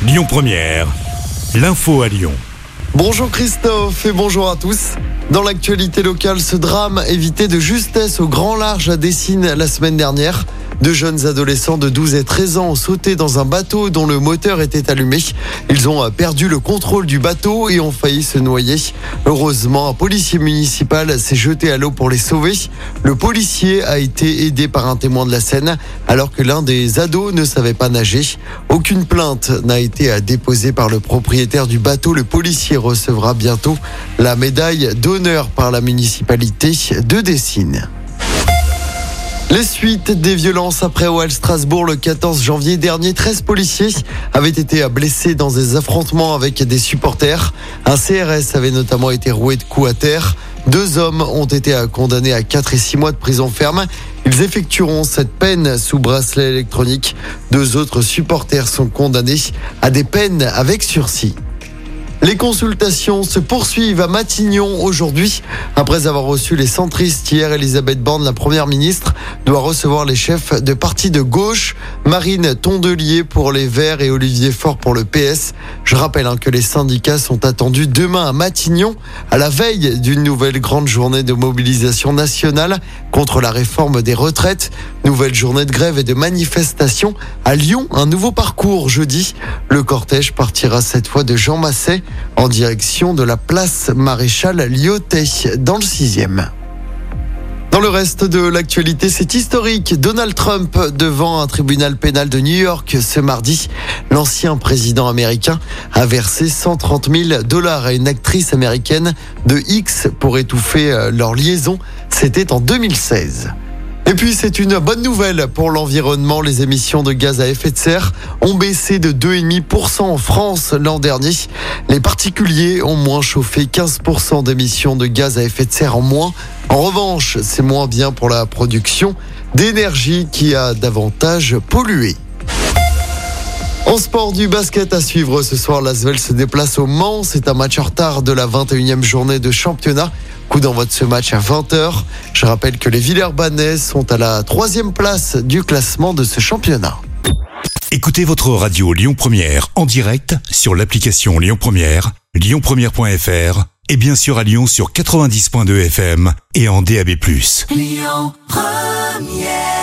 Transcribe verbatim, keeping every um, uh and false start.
Lyon Première, l'info à Lyon. Bonjour Christophe et bonjour à tous. Dans l'actualité locale, ce drame évité de justesse au grand large à Dessines la semaine dernière. Deux jeunes adolescents de douze et treize ans ont sauté dans un bateau dont le moteur était allumé. Ils ont perdu le contrôle du bateau et ont failli se noyer. Heureusement, un policier municipal s'est jeté à l'eau pour les sauver. Le policier a été aidé par un témoin de la scène alors que l'un des ados ne savait pas nager. Aucune plainte n'a été déposée par le propriétaire du bateau. Le policier recevra bientôt la médaille d'honneur par la municipalité de Dessines. Les suites des violences après O L Strasbourg le quatorze janvier dernier, treize policiers avaient été blessés dans des affrontements avec des supporters. Un C R S avait notamment été roué de coups à terre. Deux hommes ont été condamnés à quatre et six mois de prison ferme. Ils effectueront cette peine sous bracelet électronique. Deux autres supporters sont condamnés à des peines avec sursis. Les consultations se poursuivent à Matignon aujourd'hui. Après avoir reçu les centristes hier, Elisabeth Borne, la première ministre, doit recevoir les chefs de partis de gauche. Marine Tondelier pour les Verts et Olivier Faure pour le P S. Je rappelle hein, que les syndicats sont attendus demain à Matignon, à la veille d'une nouvelle grande journée de mobilisation nationale contre la réforme des retraites. Nouvelle journée de grève et de manifestation à Lyon. Un nouveau parcours jeudi. Le cortège partira cette fois de Jean Massé en direction de la place Maréchal Lyotet dans le sixième. Dans le reste de l'actualité, c'est historique. Donald Trump devant un tribunal pénal de New York ce mardi. L'ancien président américain a versé cent trente mille dollars à une actrice américaine de X pour étouffer leur liaison. C'était en deux mille seize. Et puis c'est une bonne nouvelle pour l'environnement. Les émissions de gaz à effet de serre ont baissé de deux virgule cinq pour cent en France l'an dernier. Les particuliers ont moins chauffé, quinze pour cent d'émissions de gaz à effet de serre en moins. En revanche, c'est moins bien pour la production d'énergie qui a davantage pollué. En sport, du basket à suivre ce soir, l'Asvel se déplace au Mans. C'est un match en retard de la vingt et unième journée de championnat. Coup d'envoi de ce match à vingt heures. Je rappelle que les Villers-Banais sont à la troisième place du classement de ce championnat. Écoutez votre radio Lyon Première en direct sur l'application Lyon Première, lyon première point f r et bien sûr à Lyon sur quatre-vingt-dix virgule deux F M et en D A B plus. Lyon Première.